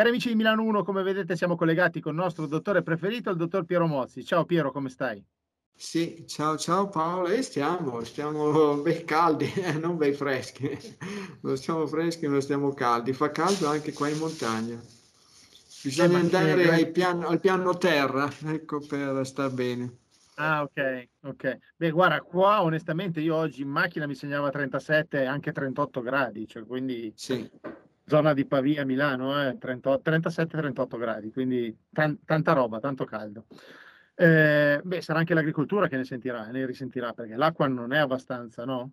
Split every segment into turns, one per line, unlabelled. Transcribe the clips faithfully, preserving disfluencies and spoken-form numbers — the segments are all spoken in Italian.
Cari amici di Milano uno, come vedete siamo collegati con il nostro dottore preferito, il dottor Piero Mozzi. Ciao Piero, come stai?
Sì, ciao ciao Paolo, e stiamo, stiamo bei caldi, eh, non bei freschi, non stiamo freschi, ma stiamo caldi, fa caldo anche qua in montagna,
Eh,
bisogna
ma eh,
andare
gran-
ai piano- al piano terra, ecco, per star bene.
Ah, ok, ok. Beh, guarda, qua onestamente io oggi in macchina mi segnava trentasette, anche trentotto gradi, cioè quindi
Sì,
zona di Pavia, Milano, eh, trentotto trentasette trentotto gradi, quindi tan- tanta roba, tanto caldo. Eh, beh, sarà anche l'agricoltura che ne sentirà, ne risentirà, perché l'acqua non è abbastanza, no?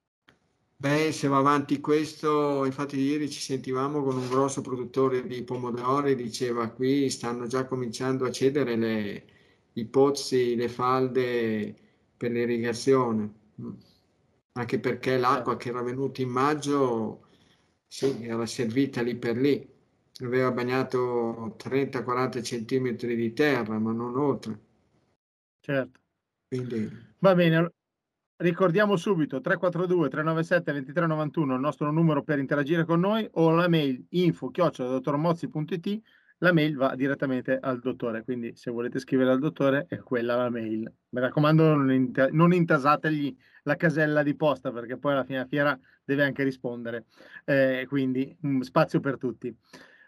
beh, se va avanti questo, infatti ieri ci sentivamo con un grosso produttore di pomodori, diceva qui stanno già cominciando a cedere le- i pozzi, le falde per l'irrigazione. Mm. Anche perché
Certo.
l'acqua che era venuta in maggio, sì, era servita lì per lì, aveva bagnato trenta quaranta centimetri di terra, ma non oltre.
Certo.
Quindi
Va bene, allo- ricordiamo subito tre quattro due tre nove sette due tre nove uno il nostro numero per interagire con noi o la mail info chiocciola dottormozzi punto it, la mail va direttamente al dottore, quindi se volete scrivere al dottore è quella la mail. Mi raccomando, non, inta- non intasategli la casella di posta perché poi alla fine della fiera deve anche rispondere. Eh, quindi mm, spazio per tutti.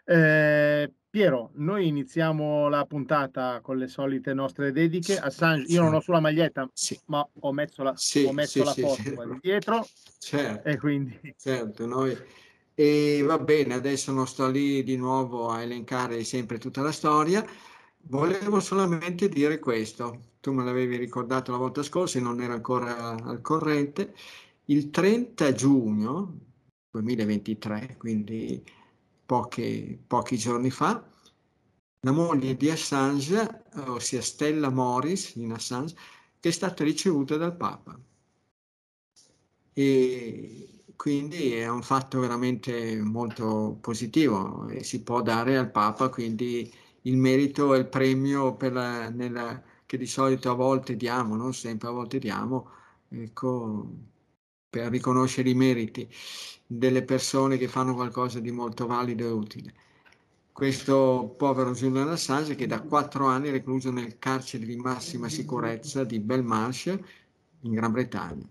Eh, Piero, noi iniziamo la puntata con le solite nostre dediche. Assange, io non ho
sì,
sulla maglietta,
sì,
ma ho messo la, ho
sì,
messo
sì,
la
sì,
foto
sì.
qua di dietro e
Certo,
quindi
certo, noi... E va bene, adesso non sto lì di nuovo a elencare sempre tutta la storia. Volevo solamente dire questo. Tu me l'avevi ricordato la volta scorsa e non ero ancora al corrente. Il trenta giugno duemilaventitré, quindi pochi, pochi giorni fa, la moglie di Assange, ossia Stella Morris in Assange, che è stata ricevuta dal Papa. E quindi è un fatto veramente molto positivo e si può dare al Papa quindi il merito e il premio per la- nella- che di solito a volte diamo, non sempre, a volte diamo, ecco, per riconoscere i meriti delle persone che fanno qualcosa di molto valido e utile. Questo povero Julian Assange che da quattro anni è recluso nel carcere di massima sicurezza di Belmarsh in Gran Bretagna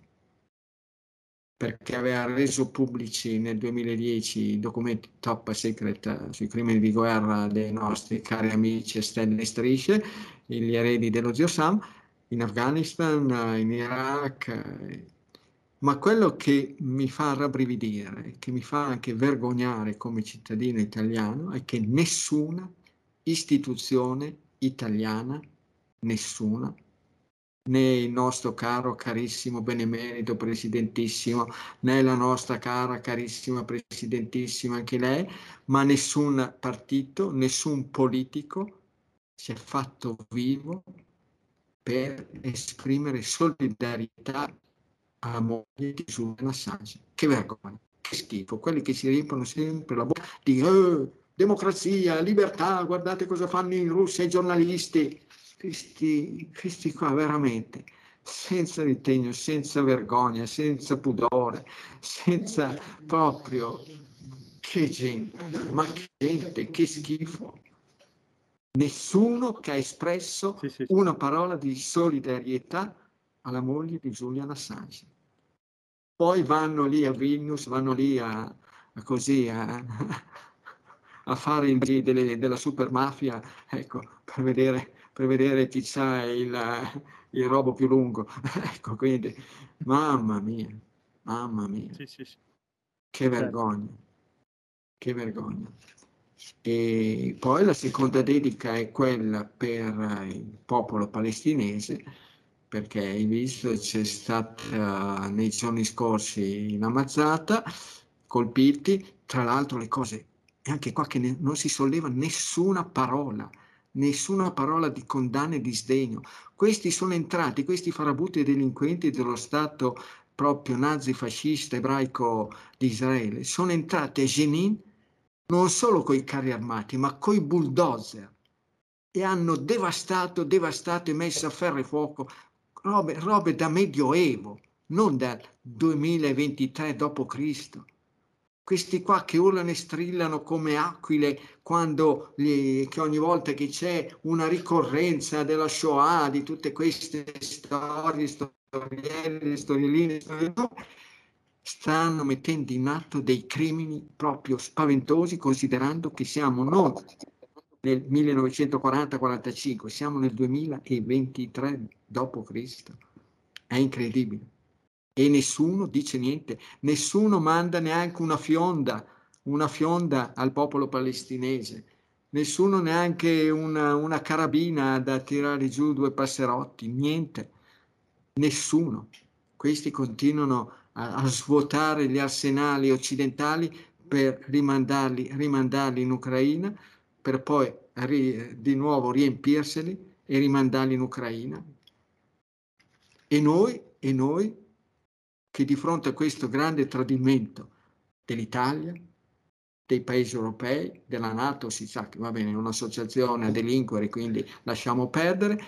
perché aveva reso pubblici nel duemiladieci i documenti top secret eh, sui crimini di guerra dei nostri cari amici Stelle e Strisce, gli eredi dello zio Sam, in Afghanistan, eh, in Iraq. eh. Ma quello che mi fa rabbrividire, che mi fa anche vergognare come cittadino italiano, è che nessuna istituzione italiana, nessuna, né il nostro caro, carissimo, benemerito, presidentissimo, né la nostra cara, carissima, presidentissima, anche lei, ma nessun partito, nessun politico si è fatto vivo per esprimere solidarietà alla moglie di Julian Assange. Che vergogna, che schifo, quelli che si riempiono sempre la bocca di eh, democrazia, libertà, guardate cosa fanno in Russia i giornalisti. Questi, questi qua veramente, senza ritegno, senza vergogna, senza pudore, senza proprio, che gente, ma che gente, che schifo. Nessuno che ha espresso
sì, sì, sì.
una parola di solidarietà alla moglie di Julian Assange. Poi vanno lì a Vilnius, vanno lì a, a così a, a fare il G delle- della super mafia, ecco, per vedere, per vedere chi c'ha il, il robo più lungo. Ecco, quindi, mamma mia, mamma mia,
Sì, sì, sì,
che
certo.
vergogna, che vergogna. E poi la seconda dedica è quella per il popolo palestinese, perché hai visto c'è stata nei giorni scorsi in Ammazzata, colpiti, tra l'altro le cose, e anche qua che ne- non si solleva nessuna parola, nessuna parola di condanna e di sdegno. Questi sono entrati, questi farabutti e delinquenti dello Stato proprio nazifascista ebraico di Israele, sono entrati a Jenin non solo coi carri armati, ma coi bulldozer e hanno devastato, devastato e messo a ferro e fuoco robe, robe da medioevo, non dal duemilaventitré dopo Cristo. questi qua che urlano e strillano come aquile quando gli, che ogni volta che c'è una ricorrenza della Shoah, di tutte queste storie, storielle, storieline, storieline, stanno mettendo in atto dei crimini proprio spaventosi, considerando che siamo non nel millenovecentoquaranta quarantacinque, siamo nel duemilaventitré dopo Cristo. È incredibile. E nessuno dice niente, nessuno manda neanche una fionda, una fionda al popolo palestinese, nessuno neanche una, una carabina da tirare giù due passerotti, niente, nessuno. Questi continuano a, a svuotare gli arsenali occidentali per rimandarli, rimandarli in Ucraina, per poi ri, di nuovo riempirseli e rimandarli in Ucraina. E noi, e noi che di fronte a questo grande tradimento dell'Italia, dei paesi europei, della NATO, si sa che va bene, è un'associazione a delinquere, quindi lasciamo perdere,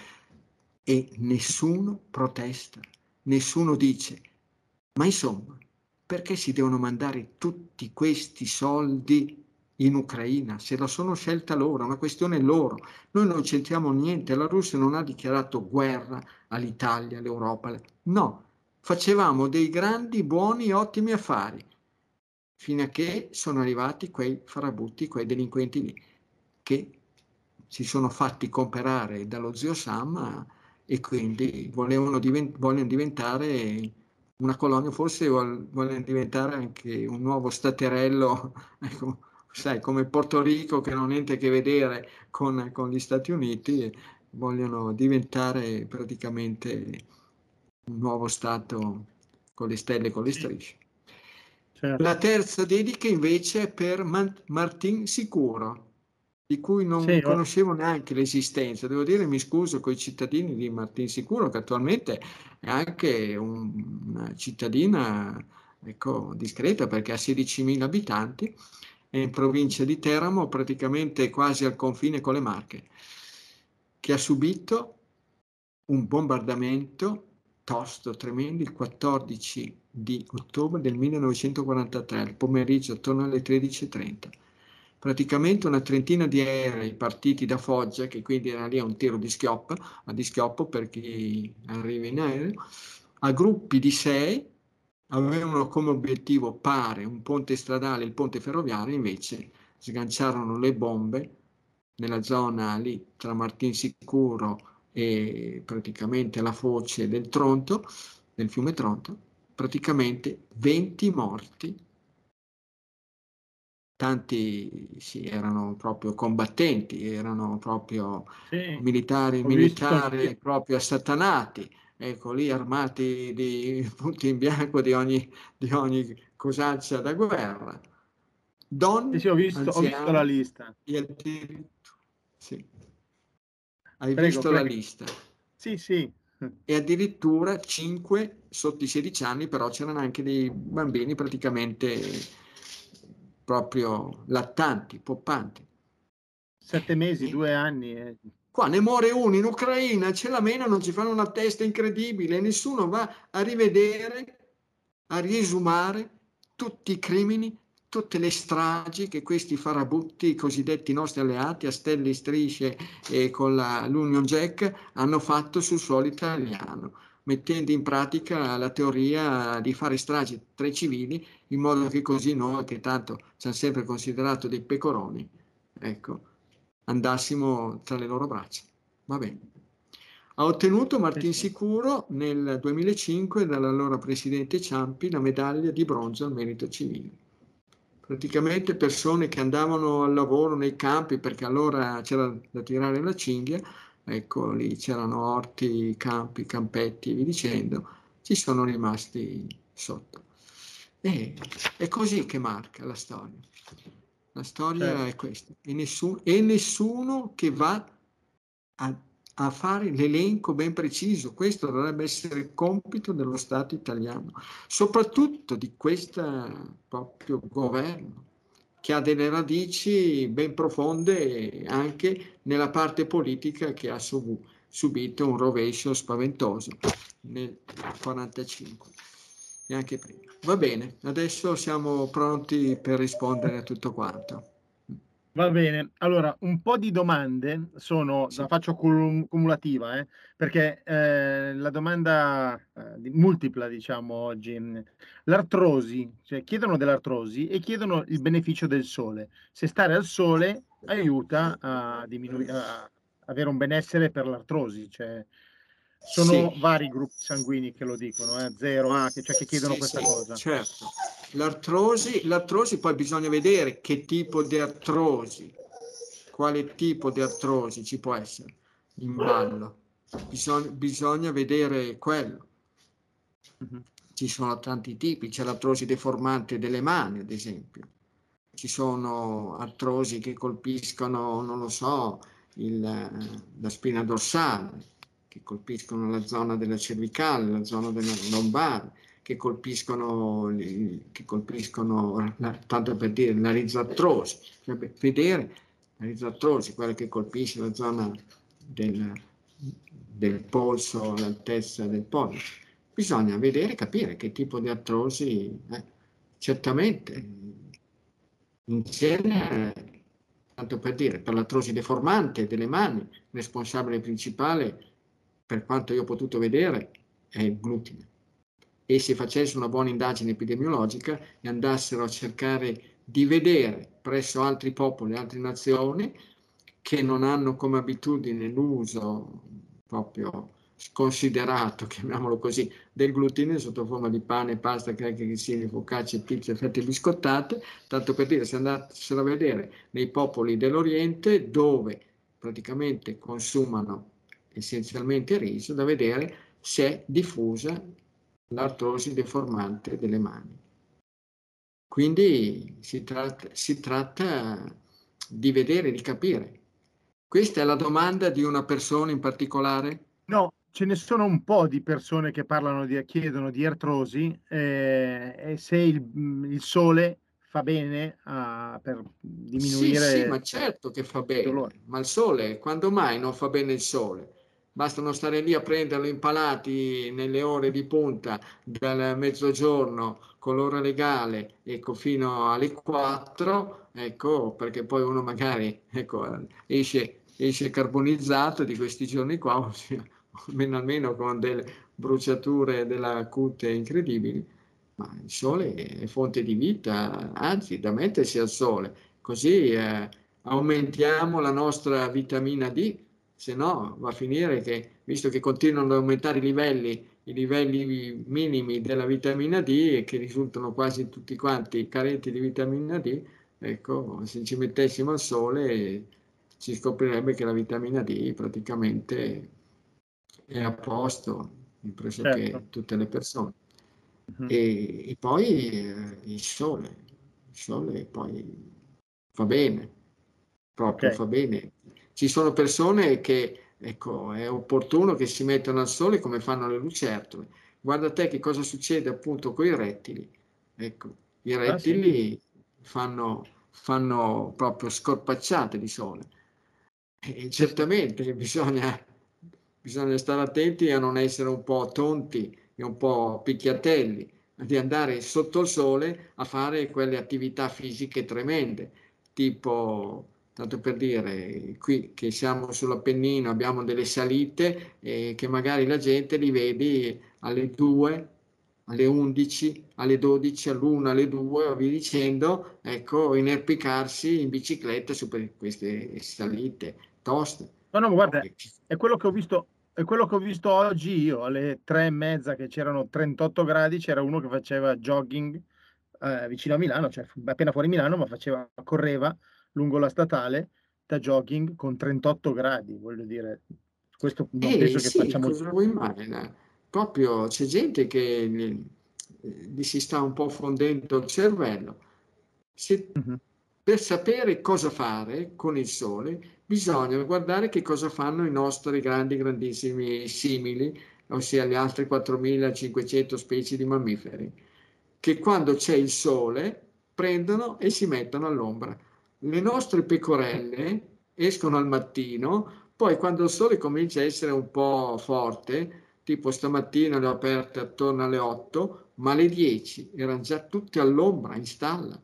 e nessuno protesta, nessuno dice, ma insomma, perché si devono mandare tutti questi soldi in Ucraina? Se la sono scelta loro, è una questione loro. Noi non c'entriamo niente, la Russia non ha dichiarato guerra all'Italia, all'Europa, no. Facevamo dei grandi, buoni, ottimi affari, fino a che sono arrivati quei farabutti, quei delinquenti lì, che si sono fatti comprare dallo zio Sam e quindi volevano divent- vogliono diventare una colonia, forse vogliono diventare anche un nuovo staterello, ecco, sai, come Porto Rico, che non ha niente a che vedere con, con gli Stati Uniti, vogliono diventare praticamente un nuovo Stato con le stelle e con le strisce.
Certo.
La terza dedica invece è per Martin Sicuro, di cui non
Sì,
conoscevo neanche l'esistenza. Devo dire, mi scuso con i cittadini di Martin Sicuro, che attualmente è anche un, una cittadina, ecco, discreta, perché ha sedicimila abitanti, è in provincia di Teramo, praticamente quasi al confine con le Marche, che ha subito un bombardamento tosto, tremendo, il quattordici di ottobre del millenovecentoquarantatré, al pomeriggio attorno alle tredici e trenta. Praticamente una trentina di aerei partiti da Foggia, che quindi era lì a un tiro di schioppo, a di schioppo per chi arriva in aereo, a gruppi di sei, avevano come obiettivo pare un ponte stradale, il ponte ferroviario, invece sganciarono le bombe nella zona lì tra Martinsicuro e praticamente la foce del Tronto, del fiume Tronto, praticamente venti morti, tanti sì, erano proprio combattenti, erano proprio
sì,
militari,
ho visto
militari
anch'io.
proprio assatanati, ecco lì armati di punti in bianco di ogni, di ogni cosaccia da guerra.
Sì,
Donne,
sì, ho visto, ho visto la
anziani
lista.
e addirittura... Sì. Hai
Prego,
visto la
prego.
lista?
Sì, sì.
E addirittura cinque sotto i sedici anni, però c'erano anche dei bambini praticamente proprio lattanti, poppanti.
Sette mesi,
Niente.
due anni. eh.
Qua ne muore uno in Ucraina, ce la menano, ci fanno una testa incredibile, nessuno va a rivedere, a riesumare tutti i crimini, tutte le stragi che questi farabutti, i cosiddetti nostri alleati, a stelle e strisce e con la, l'Union Jack, hanno fatto sul suolo italiano, mettendo in pratica la teoria di fare stragi tra i civili, in modo che così noi, che tanto ci hanno sempre considerato dei pecoroni, ecco, andassimo tra le loro braccia. Va bene. Ha ottenuto
Sì,
Martin
sì.
Sicuro nel duemilacinque dall'allora presidente Ciampi la medaglia di bronzo al merito civile. Praticamente persone che andavano al lavoro nei campi, perché allora c'era da tirare la cinghia, ecco lì c'erano orti, campi, campetti e via dicendo, ci sono rimasti sotto. E è così che marca la storia. La storia
Certo.
è questa. E nessuno, e nessuno che va a, a fare l'elenco ben preciso. Questo dovrebbe essere il compito dello Stato italiano, soprattutto di questo proprio governo, che ha delle radici ben profonde anche nella parte politica, che ha subito un rovescio spaventoso nel quarantacinque. e anche prima. Va bene, adesso siamo pronti per rispondere a tutto quanto.
Va bene, allora un po' di domande sono,
Sì.
la faccio cum- cumulativa, eh, perché eh, la domanda eh, di- multipla, diciamo, oggi, mh, l'artrosi, cioè chiedono dell'artrosi e chiedono il beneficio del sole. Se stare al sole aiuta a diminuire, a avere un benessere per l'artrosi, cioè sono
Sì.
vari gruppi sanguigni che lo dicono, eh, zero, A, che, cioè che chiedono
Sì,
questa
sì,
cosa.
certo. L'artrosi, l'artrosi poi bisogna vedere che tipo di artrosi, quale tipo di artrosi ci può essere in ballo. Bisogna, bisogna vedere quello.
Mhm.
Ci sono tanti tipi, c'è l'artrosi deformante delle mani, ad esempio. Ci sono artrosi che colpiscono, non lo so, il, la spina dorsale, che colpiscono la zona della cervicale, la zona della lombare, che colpiscono, che colpiscono la, tanto per dire, la rizartrosi. Cioè, vedere la rizartrosi, quella che colpisce la zona del, del polso all'altezza del pollice. Bisogna vedere e capire che tipo di artrosi, eh, certamente, in genere, tanto per dire, per l'artrosi deformante delle mani, il responsabile principale, per quanto io ho potuto vedere, è il glutine. E se facesse una buona indagine epidemiologica e andassero a cercare di vedere presso altri popoli, altre nazioni, che non hanno come abitudine l'uso proprio sconsiderato, chiamiamolo così, del glutine sotto forma di pane, pasta, cracker, grissini, focacce, pizze, fette biscottate, tanto per dire, se andassero a vedere nei popoli dell'Oriente dove praticamente consumano essenzialmente riso, da vedere se è diffusa l'artrosi deformante delle mani. Quindi si tratta, si tratta di vedere, di capire. Questa è la domanda di una persona in particolare?
No, ce ne sono un po' di persone che parlano di, chiedono di artrosi eh, e se il, il sole fa bene a- per
Sì, sì,
diminuire
ma certo che fa
il dolore.
bene, ma il sole, quando mai non fa bene il sole? Basta non stare lì a prenderlo impalati nelle ore di punta dal mezzogiorno con l'ora legale, ecco, fino alle quattro, ecco, perché poi uno magari, ecco, esce, esce carbonizzato di questi giorni qua, ossia, almeno, almeno con delle bruciature della cute incredibili, ma il sole è fonte di vita, anzi, da mettersi al sole così eh, aumentiamo la nostra vitamina D, se no va a finire che, visto che continuano ad aumentare i livelli, i livelli minimi della vitamina D e che risultano quasi tutti quanti carenti di vitamina D, ecco, se ci mettessimo al sole si scoprirebbe che la vitamina D praticamente è a posto in
Certo.
pressoché tutte le persone.
Mhm.
E, e poi eh, il sole, il sole poi fa bene,
Ok,
proprio fa bene. Ci sono persone che, ecco, è opportuno che si mettano al sole come fanno le lucertole. Guarda te che cosa succede appunto con i rettili. Ecco, i
ah sì,
rettili fanno, fanno proprio scorpacciate di sole. E
sì, sì.
certamente bisogna, bisogna stare attenti a non essere un po' tonti e un po' picchiatelli, di andare sotto il sole a fare quelle attività fisiche tremende, tipo, tanto per dire, qui che siamo sull'Appennino, abbiamo delle salite e che magari la gente li vedi alle due, alle undici, alle dodici, all'una, alle due, o via dicendo, ecco, inerpicarsi in bicicletta su per queste salite toste.
No, no, guarda,
E-
è quello che ho visto, è quello che ho visto oggi io, alle tre e mezza che c'erano trentotto gradi, c'era uno che faceva jogging eh, vicino a Milano, cioè fu- appena fuori Milano, ma faceva, correva lungo la statale da jogging con trentotto gradi, voglio dire, questo non
Eh
penso che
sì,
faccia molto.
cosa vuoi mai? No? Proprio c'è gente che gli, gli si sta un po' fondendo il cervello. Se-
Mhm.
per sapere cosa fare con il sole, bisogna guardare che cosa fanno i nostri grandi, grandissimi simili, ossia le altre quattromilacinquecento specie di mammiferi, che quando c'è il sole prendono e si mettono all'ombra. Le nostre pecorelle escono al mattino, poi quando il sole comincia a essere un po' forte, tipo stamattina le ho aperte attorno alle otto, ma alle dieci erano già tutte all'ombra in stalla.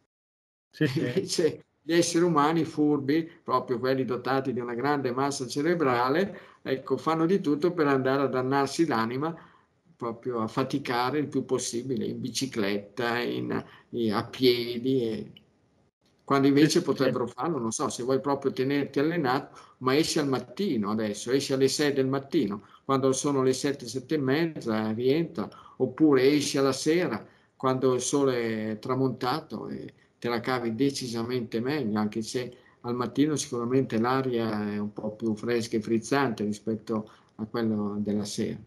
Sì, sì.
Invece gli esseri umani furbi, proprio quelli dotati di una grande massa cerebrale, ecco, fanno di tutto per andare a dannarsi l'anima, proprio a faticare il più possibile, in bicicletta, in, in- a piedi, e- quando
Sì,
invece
sì.
potrebbero farlo, non so, se vuoi proprio tenerti allenato, ma esci al mattino adesso, esci alle sei del mattino, quando sono le sette, sette e mezza, rientra, oppure esci alla sera, quando il sole è tramontato, e te la cavi decisamente meglio, anche se al mattino sicuramente l'aria è un po' più fresca e frizzante rispetto a quello della sera.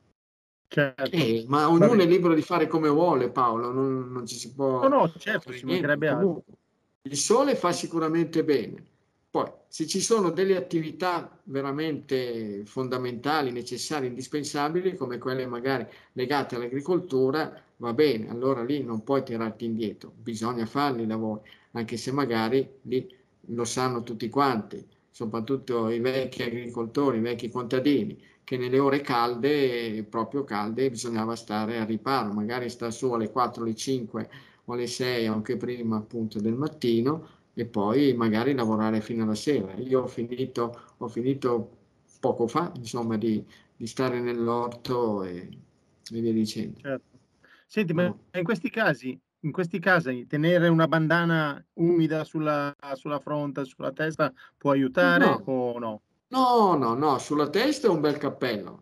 Certo.
Eh, ma
Va
ognuno è
bene.
libero di fare come vuole, Paolo, non, non ci si
No,
può
no, certo,
fare
ci
niente.
mancherebbe altro.
Comunque, il sole fa sicuramente bene. Poi, se ci sono delle attività veramente fondamentali, necessarie, indispensabili, come quelle magari legate all'agricoltura, va bene, allora lì non puoi tirarti indietro, bisogna farli i lavori, anche se magari lì lo sanno tutti quanti, soprattutto i vecchi agricoltori, i vecchi contadini, che nelle ore calde, proprio calde, bisognava stare a riparo, magari sta su alle quattro, alle cinque o alle sei, o anche prima appunto del mattino, e poi magari lavorare fino alla sera. Io ho finito, ho finito poco fa, insomma, di, di stare nell'orto e, e via dicendo.
Certo. Senti, ma
No.
in questi casi, in questi casi tenere una bandana umida sulla, sulla fronte, sulla testa può aiutare
No,
o no?
no, no, no, sulla testa è un bel cappello,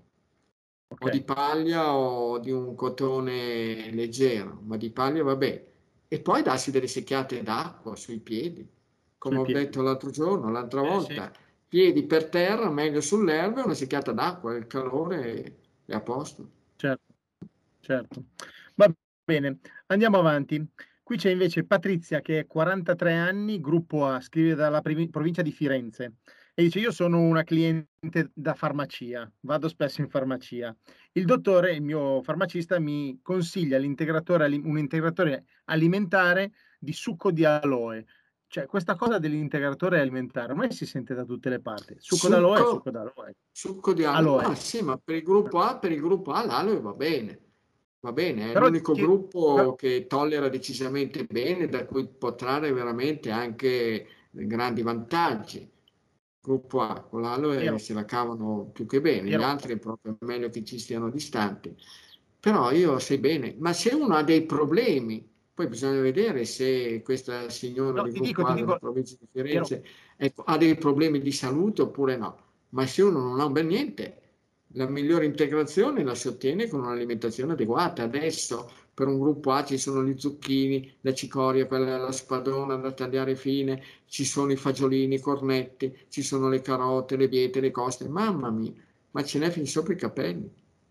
Ok,
o di paglia o di un cotone leggero, ma di paglia va bene. E poi darsi delle secchiate d'acqua sui piedi, come
sui
ho
piedi.
detto l'altro giorno, l'altra
Eh sì,
volta, piedi per terra, meglio sull'erba, e una secchiata d'acqua, il calore è, è a posto.
certo, certo. Va bene, andiamo avanti. Qui c'è invece Patrizia che ha quarantatré anni, gruppo A, scrive dalla provi- provincia di Firenze e dice: Io sono una cliente da farmacia, vado spesso in farmacia. Il dottore, il mio farmacista, mi consiglia l'integratore ali- un integratore alimentare di succo di aloe. Cioè, questa cosa dell'integratore alimentare ormai si sente da tutte le parti. Succo d'aloe è
Succo,
succo d'aloe.
succo di aloe,
Aloe.
ma sì, ma per il gruppo A, per il gruppo A l'aloe va bene, va bene, è
Però,
l'unico
ti- però-
gruppo che tollera decisamente bene, da cui può trarre veramente anche grandi vantaggi. Gruppo A, con l'aloe
Piero,
se la cavano più che bene, gli
Piero,
altri è proprio meglio che ci stiano distanti. Però io sai bene, ma se uno ha dei problemi, poi bisogna vedere se questa signora
no,
di
ti dico,
gruppo
ti
A della
dico,
provincia di
Piero,
Firenze, ecco, ha dei problemi di salute oppure no. Ma se uno non ha un bel niente, la migliore integrazione la si ottiene con un'alimentazione adeguata. Adesso per un gruppo A ci sono gli zucchini, la cicoria, quella, la spadona da tagliare fine, ci sono i fagiolini, i cornetti, ci sono le carote, le biete, le coste. Mamma mia, ma ce n'è fin sopra i capelli.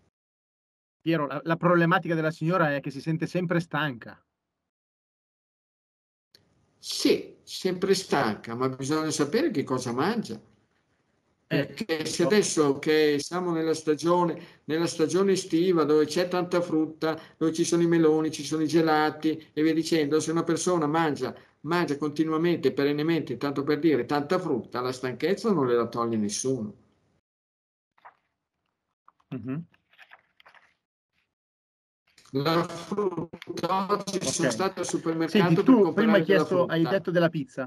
Piero, la, la problematica della signora è che si sente sempre stanca.
Sì, sempre stanca, ma bisogna sapere che cosa mangia.
Eh,
Perché
lo
se
so.
adesso che siamo nella stagione, nella stagione estiva dove c'è tanta frutta, dove ci sono i meloni, ci sono i gelati e via dicendo, se una persona mangia, mangia continuamente, perennemente, tanto per dire, tanta frutta, la stanchezza non le la toglie nessuno.
Mhm.
La frutta, oggi
Ok.
sono stato al
Senti,
supermercato per
tu prima hai
comprare della
chiesto, hai
frutta.
detto della pizza.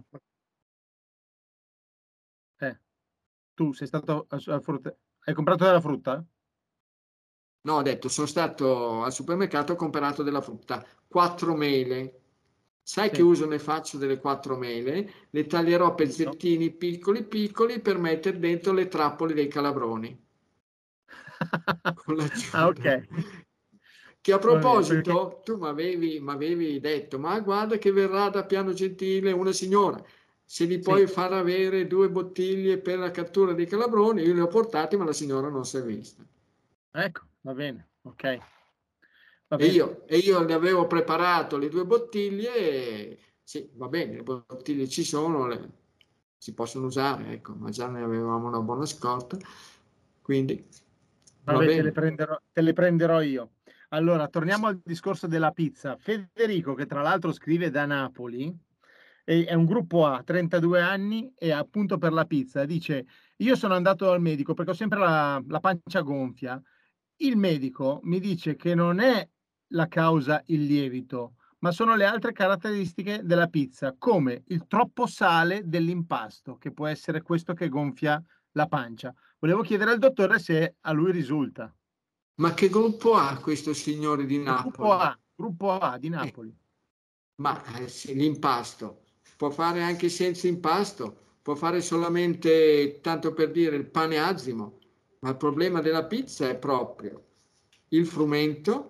Eh, tu sei stato al, al frutta- hai comprato della frutta?
No, ho detto, sono stato al supermercato e ho comprato della frutta, quattro mele. Sai che
Sì.
uso ne faccio delle quattro mele? Le taglierò a
No?
pezzettini piccoli piccoli per mettere dentro le trappole dei calabroni. Con
Ah,
l'aggiunta.
ok.
Che a
Va bene, perché
proposito, tu mi avevi, m'avevi detto, ma guarda che verrà da Piano Gentile una signora, se gli puoi
sì,
far avere due bottiglie per la cattura dei calabroni, io le ho portate, ma la signora non si è vista.
ecco, va bene, ok, va
E
bene.
io, e io le avevo preparato le due bottiglie e sì, va bene, le bottiglie ci sono, le- si possono usare, ecco, ma già ne avevamo una buona scorta, quindi va
Vabbè, te le
bene.
prenderò, te le prenderò io. Allora, torniamo al discorso della pizza. Federico, che tra l'altro scrive da Napoli, e- è un gruppo A, trentadue anni, e appunto per la pizza dice: Io sono andato al medico perché ho sempre la, la pancia gonfia il medico mi dice che non è la causa il lievito, ma sono le altre caratteristiche della pizza, come il troppo sale dell'impasto, che può essere questo che gonfia la pancia. Volevo chiedere al dottore se a lui risulta.
Ma che gruppo ha questo signore di
Gruppo
Napoli?
A, gruppo A di
Eh,
Napoli.
ma eh, sì, l'impasto può fare anche senza impasto, può fare solamente, tanto per dire, il pane azimo, ma il problema della pizza è proprio il frumento,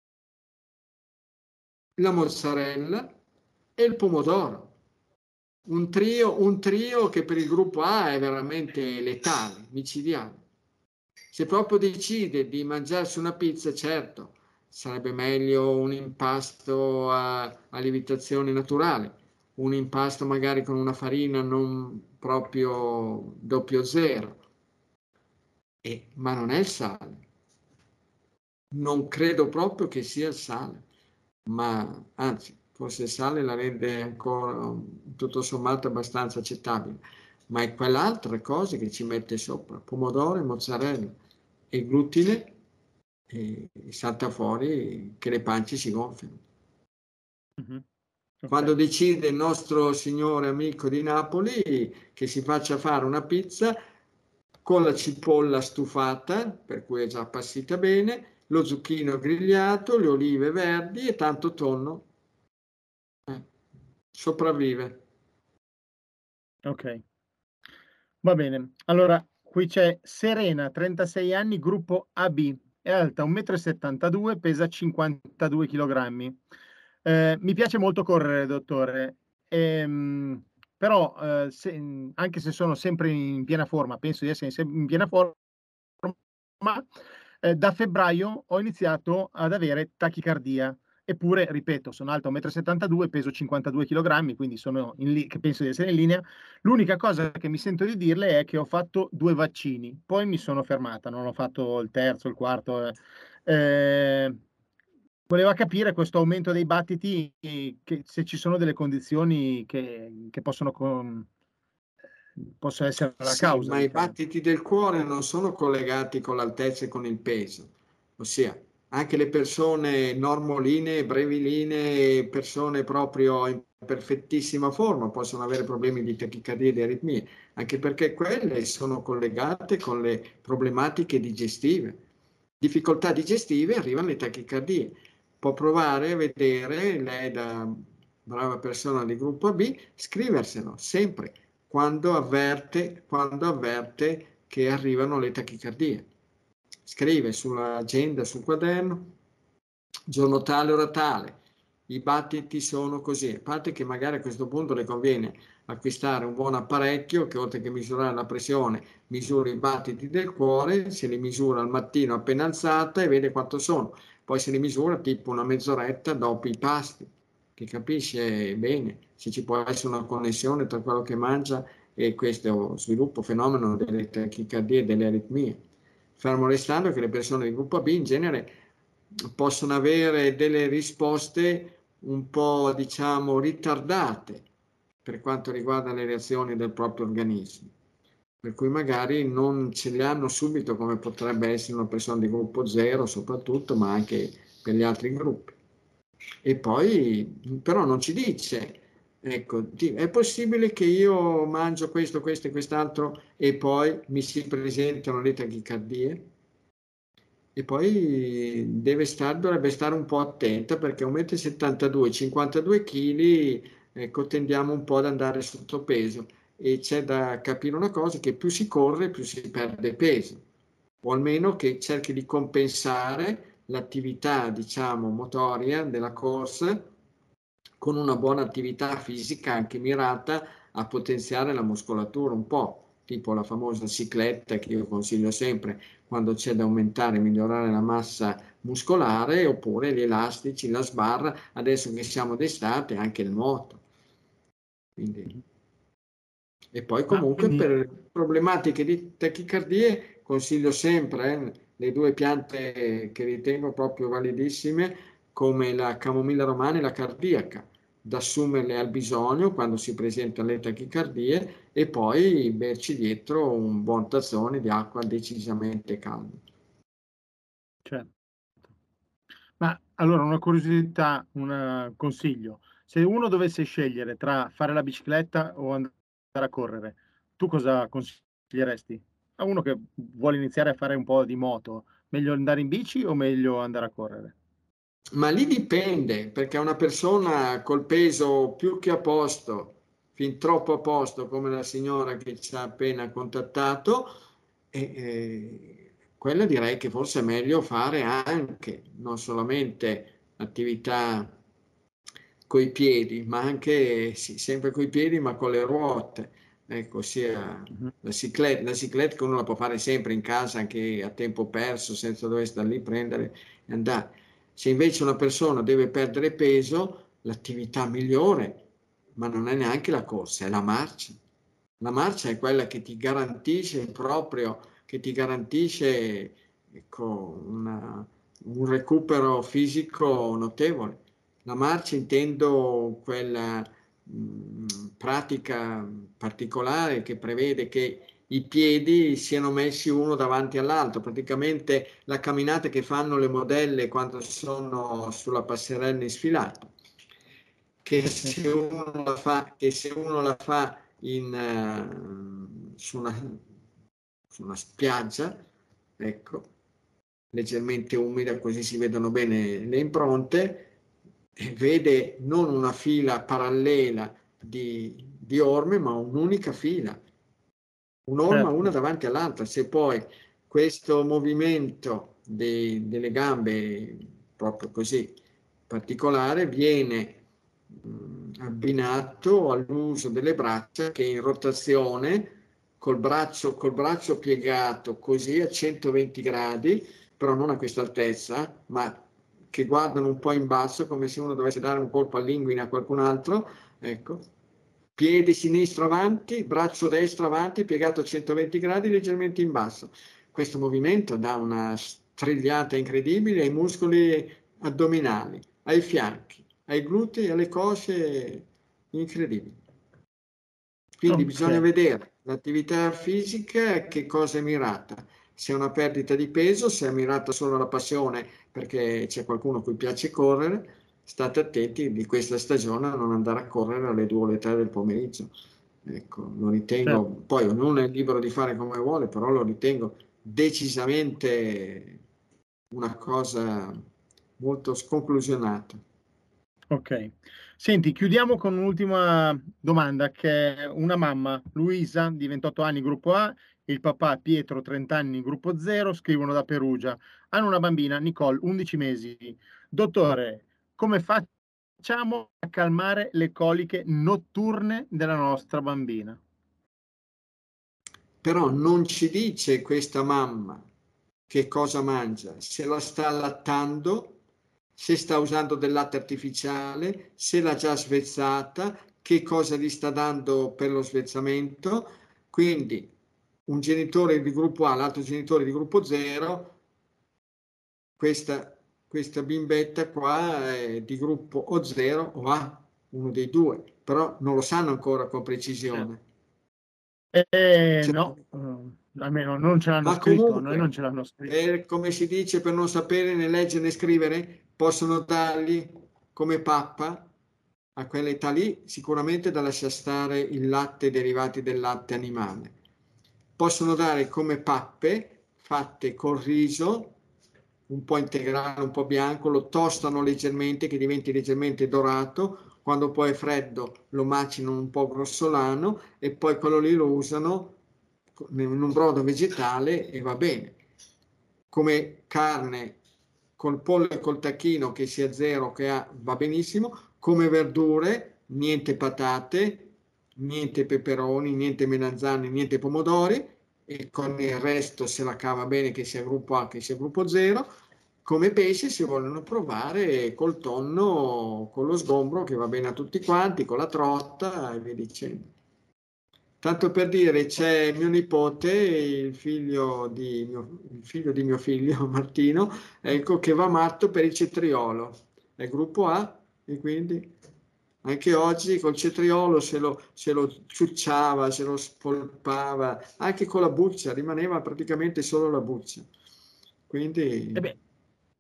la mozzarella e il pomodoro. Un trio, un trio che per il gruppo A è veramente letale, micidiale. Se proprio decide di mangiarsi una pizza, certo, sarebbe meglio un impasto a, a lievitazione naturale, un impasto magari con una farina non proprio doppio zero, e, ma non è il sale. Non credo proprio che sia il sale, ma anzi, forse il sale la rende ancora tutto sommato abbastanza accettabile, ma è quell'altra cosa che ci mette sopra, pomodoro e mozzarella e glutine, e salta fuori che le pance si gonfiano.
Mh-mh.
Quando
Okay.
decide il nostro signore amico di Napoli che si faccia fare una pizza con la cipolla stufata, per cui è già appassita bene, lo zucchino grigliato, le olive verdi e tanto tonno. Eh, sopravvive.
Okay. Va bene. Allora, qui c'è Serena, trentasei anni, gruppo A B. È alta un metro e settantadue m, pesa cinquantadue chilogrammi. Ehm, mi piace molto correre, dottore, ehm, però, ehm, se mhmm, anche se sono sempre in piena forma, penso di essere in sem in piena forma, ehm, da febbraio ho iniziato ad avere tachicardia. Eppure, ripeto, sono alta un metro e settantadue m, peso cinquantadue chilogrammi, quindi sono in li che penso di essere in linea. L'unica cosa che mi sento di dirle è che ho fatto due vaccini, poi mi sono fermata, non ho fatto il terzo, il quarto, ehm, voleva capire questo aumento dei battiti, che se ci sono delle condizioni che che possono con possa essere la
Sì,
causa,
ma i
diciamo.
battiti del cuore non sono collegati con l'altezza e con il peso, ossia anche le persone normolinee, brevilinee, persone proprio in perfettissima forma possono avere problemi di tachicardia e di aritmie, anche perché quelle sono collegate con le problematiche digestive. Difficoltà digestive arrivano le tachicardie. Può provare a vedere, lei da brava persona di gruppo B, scriverselo sempre quando avverte, quando avverte che arrivano le tachicardie. Scrive sull'agenda, sul quaderno, giorno tale, ora tale, i battiti sono così. A parte che magari a questo punto le conviene acquistare un buon apparecchio che oltre che misurare la pressione, misura i battiti del cuore, se li misura al mattino appena alzata e vede quanto sono. Poi se li misura tipo una mezz'oretta dopo i pasti, che capisce bene se ci può essere una connessione tra quello che mangia e questo sviluppo fenomeno delle tachicardie e delle aritmie. Fermo restando che le persone di gruppo B in genere possono avere delle risposte un po', diciamo, ritardate per quanto riguarda le reazioni del proprio organismo, per cui magari non ce le hanno subito come potrebbe essere una persona di gruppo zero soprattutto, ma anche per gli altri gruppi. E poi però non ci dice, ecco, è possibile che io mangio questo, questo e quest'altro e poi mi si presentano le tachicardie? E poi deve stare, dovrebbe stare un po' attenta perché un metro e settantadue m, cinquantadue chili, ecco, tendiamo un po' ad andare sottopeso e c'è da capire una cosa, che più si corre più si perde peso, o almeno che cerchi di compensare l'attività, diciamo, motoria della corsa con una buona attività fisica anche mirata a potenziare la muscolatura un po', tipo la famosa cicletta che io consiglio sempre quando c'è da aumentare e migliorare la massa muscolare, oppure gli elastici, la sbarra, adesso che siamo d'estate anche il nuoto. Quindi. E poi
Ma
comunque
quindi
per problematiche di tachicardie consiglio sempre eh, le due piante che ritengo proprio validissime come la camomilla romana e la cardiaca, da assumerle al bisogno quando si presentano le tachicardie e poi berci dietro un buon tazzone di acqua decisamente calda.
Certo. Ma allora una curiosità, un consiglio: se uno dovesse scegliere tra fare la bicicletta o andare a correre, tu cosa consiglieresti? A uno che vuole iniziare a fare un po' di moto, meglio andare in bici o meglio andare a correre?
Ma lì dipende, perché una persona col peso più che a posto, fin troppo a posto, come la signora che ci ha appena contattato, e, e, quella direi che forse è meglio fare anche, non solamente attività coi piedi, ma anche, sì, sempre coi piedi, ma con le ruote. Ecco, sia
Mh-mh.
la cicletta, la cicletta che uno la può fare sempre in casa, anche a tempo perso, senza dover stare lì, prendere e andare. Se invece una persona deve perdere peso, l'attività migliore, ma non è neanche la corsa, è la marcia. La marcia è quella che ti garantisce proprio, che ti garantisce, ecco, una, un recupero fisico notevole. La marcia intendo quella mh, pratica particolare che prevede che i piedi siano messi uno davanti all'altro, praticamente la camminata che fanno le modelle quando sono sulla passerella in sfilata, che
Sì, sì.
se uno la fa, che se uno la fa in, uh, su, una, su una spiaggia, ecco, leggermente umida, così si vedono bene le impronte, e vede non una fila parallela di, di orme, ma un'unica fila, un'orma una
Certo.
davanti all'altra. Se poi questo movimento dei, delle gambe, proprio così particolare, viene mh, abbinato all'uso delle braccia che in rotazione col braccio, col braccio piegato così a centoventi gradi, però non a questa altezza, ma che guardano un po' in basso, come se uno dovesse dare un colpo all'inguine a qualcun altro, ecco. Piede sinistro avanti, braccio destro avanti, piegato a centoventi gradi, leggermente in basso. Questo movimento dà una strigliata incredibile ai muscoli addominali, ai fianchi, ai glutei, alle cosce, incredibili. Quindi bisogna
Okay.
vedere l'attività fisica che cosa è mirata. Se è una perdita di peso, se è mirata solo alla passione perché c'è qualcuno a cui piace correre, state attenti di questa stagione a non andare a correre alle due o alle tre del pomeriggio. Ecco, lo
Cer
ritengo, poi ognuno è libero di fare come vuole, però lo ritengo decisamente una cosa molto sconclusionata.
Okay. Senti, chiudiamo con un'ultima domanda che è una mamma, Luisa, di ventotto anni, gruppo A, il papà Pietro, trenta anni, gruppo zero, scrivono da Perugia. Hanno una bambina, Nicole, undici mesi. Dottore, come facciamo a calmare le coliche notturne della nostra bambina?
Però non ci dice questa mamma che cosa mangia, se la sta allattando, se sta usando del latte artificiale, se l'ha già svezzata, che cosa gli sta dando per lo svezzamento. Quindi un genitore di gruppo A, l'altro genitore di gruppo zero, questa, questa bimbetta qua è di gruppo o zero o A, uno dei due, però non lo sanno ancora con
Cer
precisione.
Eh,
Cioè,
no, uhm, almeno non ce l'hanno
ma
scritto, a noi non
comunque,
ce l'hanno scritto.
per, come si dice, per non sapere né leggere né scrivere, possono dargli come pappa a quell'età lì sicuramente da lasciare stare il latte e derivati del latte animale. Possono dare come pappe fatte col riso, un po' integrale, un po' bianco, lo tostano leggermente che diventi leggermente dorato, quando poi è freddo lo macinano un po' grossolano e poi quello lì lo usano in un brodo vegetale e va bene. Come carne col pollo e col tacchino che sia zero che ha va benissimo, come verdure niente patate, niente peperoni, niente melanzane, niente pomodori e con il resto se la cava bene che sia gruppo A che sia gruppo zero. Come pesce si vogliono provare col tonno, con lo sgombro che va bene a tutti quanti, con la trotta e via dicendo. Tanto per dire, c'è mio nipote, il figlio di mio, il figlio di mio figlio Martino, ecco, che va matto per il cetriolo. È gruppo A e quindi anche oggi col cetriolo se lo, se lo ciucciava, se lo spolpava, anche con la buccia, rimaneva praticamente solo la buccia.
Eh
Quindi
beh,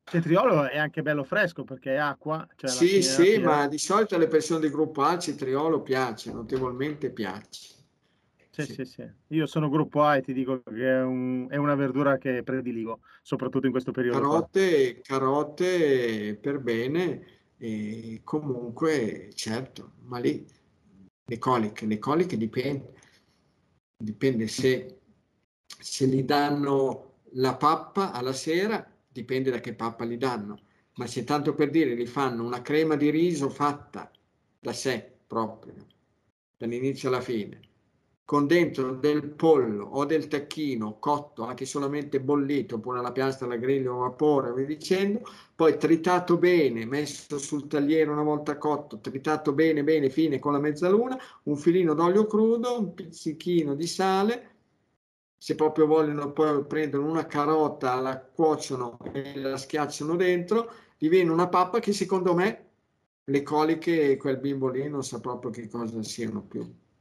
Cetriolo è anche bello fresco perché è acqua, cioè alla
Sì,
fine della
sì,
fiera.
ma di solito alle persone del gruppo A il cetriolo piace, notevolmente piace.
Sì,
Sì.
sì, sì. Io sono gruppo A e ti dico che è, un- è una verdura che prediligo, soprattutto in questo periodo qua.
Carote, carote per bene, e comunque certo, ma lì le coliche, le coliche dipende, dipende se, se gli danno la pappa alla sera, dipende da che pappa gli danno, ma se tanto per dire gli fanno una crema di riso fatta da sé proprio, dall'inizio alla fine, con dentro del pollo o del tacchino cotto, anche solamente bollito, oppure alla piastra, alla griglia o a vapore, via dicendo, poi tritato bene, messo sul tagliere una volta cotto, tritato bene, bene, fine con la mezzaluna, un filino d'olio crudo, un pizzichino di sale, se proprio vogliono poi prendono una carota, la cuociono e la schiacciano dentro, gli viene una pappa che secondo me le coliche, quel bimbo lì non sa proprio che cosa siano più.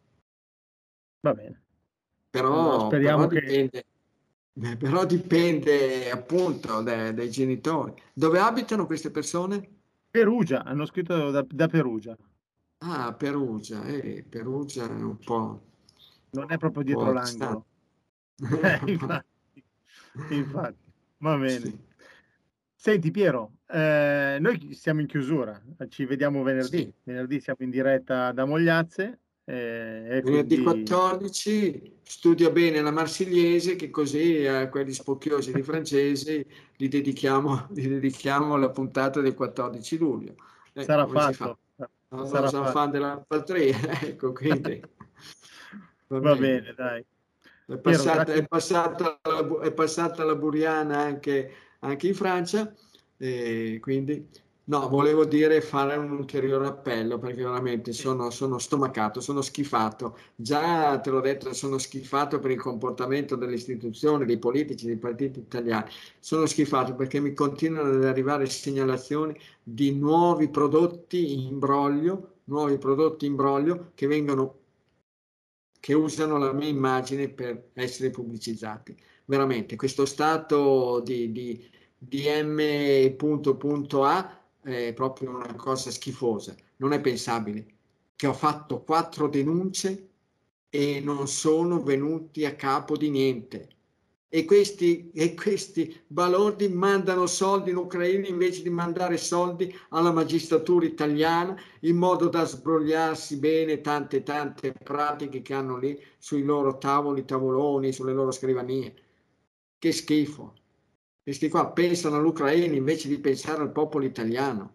Va bene. Allora,
Però, però
speriamo che
dipende, eh, però dipende appunto dai, dai genitori. Dove abitano queste persone?
Perugia, hanno scritto da, da Perugia,
Ah, Perugia, eh, Perugia è un po',
non è proprio
un
dietro
po' distante.
l'angolo. Eh, infatti, infatti, va bene.
Sì,
Senti Piero, eh, noi siamo in chiusura, ci vediamo venerdì.
sì.
Venerdì siamo in diretta da Mogliazze eh, e
Venerdì
quindi
quattordici studia bene la Marsigliese, che così a quelli spocchiosi di francesi li dedichiamo, li dedichiamo la puntata del quattordici luglio. Eh,
sarà
come si fa?
fatto,
Allora
sarà
sono fan
fatto.
della patria, ecco, quindi va
Va
bene.
bene, dai.
È
Piero,
passata,
grazie.
è passata la, bu- è passata la Buriana anche, anche in Francia, e quindi no, volevo dire fare un ulteriore appello perché veramente
Sì,
sono, sono stomacato, sono schifato. Già te l'ho detto, sono schifato per il comportamento delle istituzioni, dei politici, dei partiti italiani. Sono schifato perché mi continuano ad arrivare segnalazioni di nuovi prodotti in broglio, nuovi prodotti in broglio che vengono che usano la mia immagine per essere pubblicizzati. Veramente, questo stato di, di, di M punto punto A è proprio una cosa schifosa. Non è pensabile che ho fatto quattro denunce e non sono venuti a capo di niente. E questi, e questi balordi mandano soldi in Ucraina invece di mandare soldi alla magistratura italiana in modo da sbrogliarsi bene tante tante pratiche che hanno lì sui loro tavoli, tavoloni, sulle loro scrivanie. Che schifo. Questi qua pensano all'Ucraina invece di pensare al popolo italiano.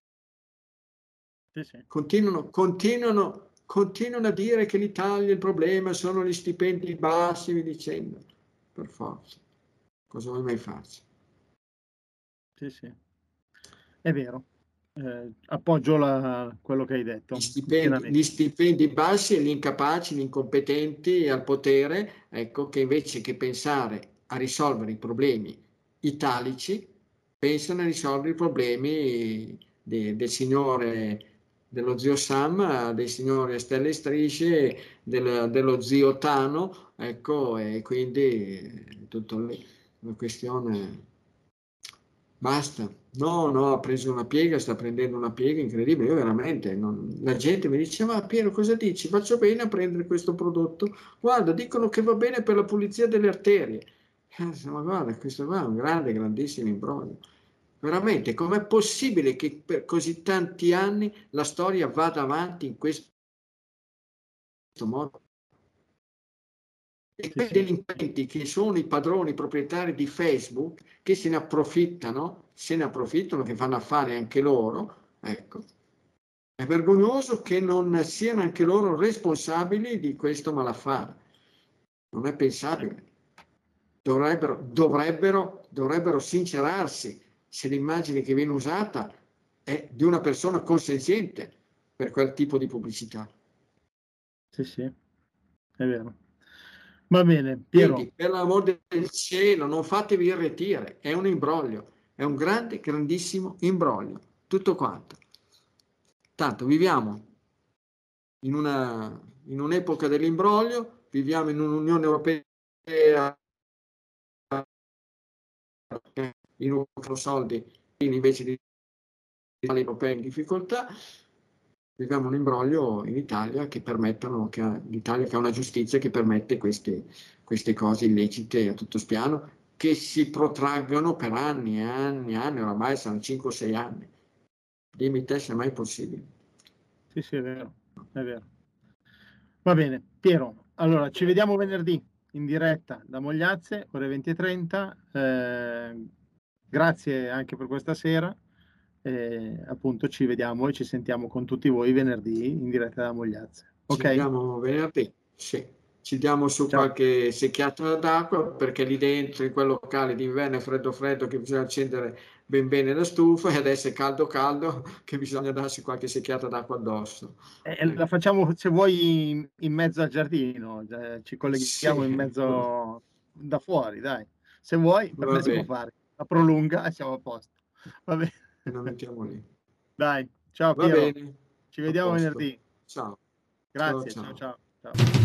sì, sì.
Continuano, continuano, continuano a dire che l'Italia il problema sono gli stipendi bassi, vi dicendo. Per forza. Cosa vuoi mai farci?
Sì, sì, è vero. Eh, appoggio la- quello che hai
Gli
detto,
stipendi,
pienamente.
gli stipendi bassi e gli incapaci, gli incompetenti al potere, ecco che invece che pensare a risolvere i problemi italici, pensano a risolvere i problemi de- del signore, dello zio Sam, del signore Stelle e Strisce, del- dello zio Tano, ecco, e quindi è tutto lì, una questione. Basta. No, no, ha preso una piega, sta prendendo una piega incredibile. Io veramente, non- la gente mi dice, ma Piero, cosa dici? Faccio bene a prendere questo prodotto. Guarda, dicono che va bene per la pulizia delle arterie. Eh, ma guarda, questo qua è un grande, grandissimo imbroglio. Veramente, com'è possibile che per così tanti anni la storia vada avanti in questo modo? E
Sì,
quei
sì.
delinquenti che sono i padroni i proprietari di Facebook, che se ne approfittano, se ne approfittano, che fanno affari anche loro, ecco. È vergognoso che non siano anche loro responsabili di questo malaffare. Non è pensabile. Dovrebbero, dovrebbero, dovrebbero sincerarsi se l'immagine che viene usata è di una persona consenziente per quel tipo di pubblicità.
Sì, sì, è vero. Va bene,
Quindi,
Piero,
per l'amor del cielo, non fatevi irretire, è un imbroglio, è un grande, grandissimo imbroglio, tutto quanto. Tanto viviamo in una, in un'epoca dell'imbroglio, viviamo in un'Unione Europea in un soldi invece di europei in difficoltà, viviamo un imbroglio in Italia che permettono, che ha, l'Italia che ha una giustizia che permette queste, queste cose illecite a tutto spiano, che si protraggono per anni e anni e anni, oramai saranno cinque o sei anni. Dimmi te se è mai possibile.
Sì, sì, è vero, è vero. Va bene, Piero, allora ci vediamo venerdì in diretta da Mogliazze, ore venti e trenta. Eh, grazie anche per questa sera. Eh, appunto ci vediamo e ci sentiamo con tutti voi venerdì in diretta da Mogliazze.
Ci
Ok?
vediamo venerdì, sì. Ci diamo su
Ciao.
qualche secchiata d'acqua perché lì dentro, in quel locale d'inverno è freddo freddo che bisogna accendere ben bene la stufa e adesso è caldo caldo che bisogna darsi qualche secchiata d'acqua addosso.
Eh, la facciamo se vuoi in, in mezzo al giardino, eh, ci colleghiamo in
Sì,
mezzo da fuori, dai. Se vuoi, per
va
me si può
bene,
fare. La prolunga e siamo a posto. Va bene.
la mettiamo lì.
Dai, ciao
Va
Piero,
bene,
ci
a
vediamo
posto.
venerdì.
Ciao, ciao,
Grazie, ciao
ciao.
ciao. Ciao.